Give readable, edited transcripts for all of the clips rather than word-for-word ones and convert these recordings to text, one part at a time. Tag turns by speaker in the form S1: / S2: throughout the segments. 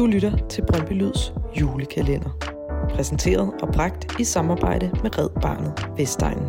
S1: Du lytter til Brøndby Lyds julekalender. Præsenteret og bragt i samarbejde med Red Barnet Vestegnen.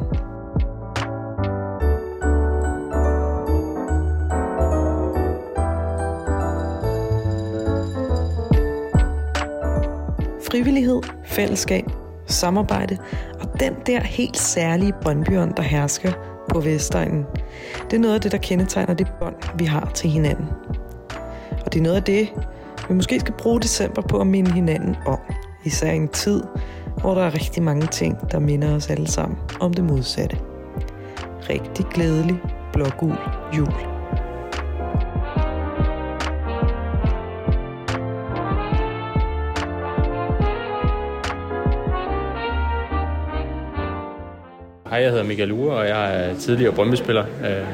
S1: Frivillighed, fællesskab, samarbejde og den der helt særlige Brøndbyånd, der hersker på Vestegnen. Det er noget af det, der kendetegner det bånd, vi har til hinanden. Og det er noget af det, vi måske skal bruge december på at minde hinanden om. Især i en tid, hvor der er rigtig mange ting, der minder os alle sammen om det modsatte. Rigtig glædelig blågul jul.
S2: Hej, jeg hedder Michael Ure, og jeg er tidligere Brøndby-spiller.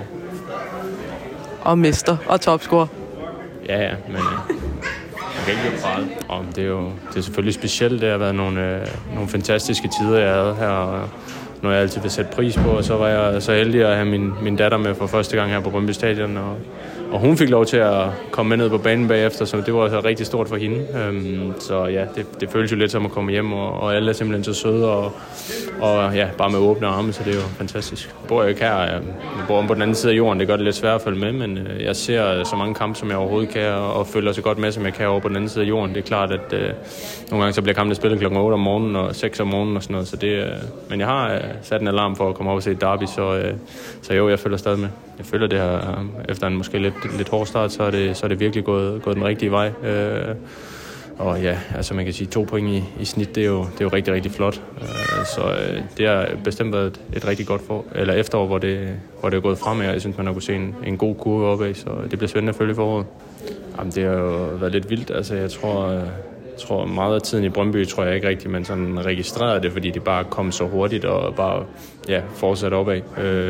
S1: Og mester og topscorer.
S2: Ja, men jeg kan ikke prale om. Det er selvfølgelig specielt. Det har været nogle fantastiske tider, jeg havde her, og noget jeg altid vil sætte pris på. Og så var jeg så heldig at have min datter med for første gang her på Brøndby Stadion, og hun fik lov til at komme med ned på banen bagefter, så det var så rigtig stort for hende. Så ja, det føles jo lidt som at komme hjem, og alle er simpelthen så søde, og ja, bare med åbne arme, så det er jo fantastisk. Jeg bor jo ikke her, jeg bor på den anden side af jorden, det gør det lidt svært at følge med, men jeg ser så mange kampe, som jeg overhovedet kan, og følger så godt med, som jeg kan over på den anden side af jorden. Det er klart, at nogle gange så bliver kampen spillet klokken 8 om morgenen og 6 om morgenen og sådan noget, så men jeg har sat en alarm for at komme op og se derby, så jo, jeg følger stadig med. Jeg føler det her, efter en måske lidt hård start, så er det virkelig gået den rigtige vej. Og ja, altså man kan sige 2 point i snit, det er jo rigtig, rigtig flot. Så det har bestemt været et rigtig godt efterår, hvor det er gået fremad, og jeg synes, man har kunne se en god kurve opad, så det bliver spændende at følge i foråret. Jamen, det har jo været lidt vildt. Altså jeg tror meget af tiden i Brøndby, tror jeg ikke rigtig, man sådan registrerede det, fordi det bare kom så hurtigt og bare fortsatte opad.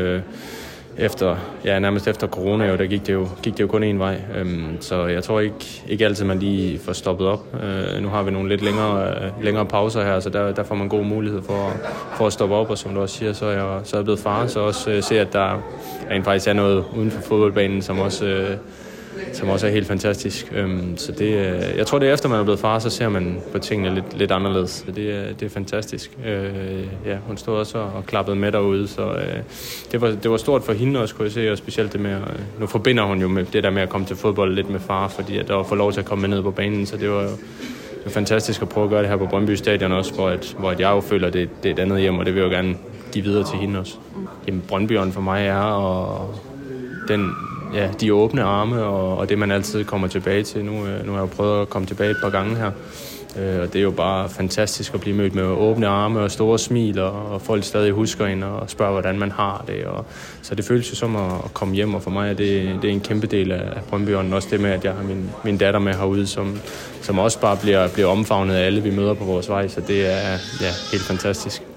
S2: Nærmest efter corona, der gik det jo kun én vej. Så jeg tror ikke altid, man lige får stoppet op. Nu har vi nogle lidt længere pauser her, så der får man god mulighed for at stoppe op. Og som du også siger, så er jeg blevet far, så også se, at der rent faktisk er noget uden for fodboldbanen, som også er helt fantastisk. Så jeg tror, det er efter man er blevet far, så ser man på tingene lidt anderledes. Så det er fantastisk. Hun stod også og klappede med derude, så det var stort for hende også, kunne jeg se, og specielt det med, nu forbinder hun jo med det der med at komme til fodbold lidt med far, fordi at der var for lov til at komme med ned på banen, så det var jo fantastisk at prøve at gøre det her på Brøndby Stadion også, hvor jeg jo føler, det er et andet hjem, og det vil jeg jo gerne give videre til hende også. Jamen, Brøndbyånd for mig er, og de åbne arme, og det man altid kommer tilbage til. Nu har jeg jo prøvet at komme tilbage et par gange her, og det er jo bare fantastisk at blive mødt med åbne arme og store smil, og folk stadig husker en og spørger, hvordan man har det. Så det føles jo som at komme hjem, og for mig er det en kæmpe del af Brøndbyånden. Også det med, at jeg har min datter med herude, som også bare bliver omfavnet af alle, vi møder på vores vej, så det er helt fantastisk.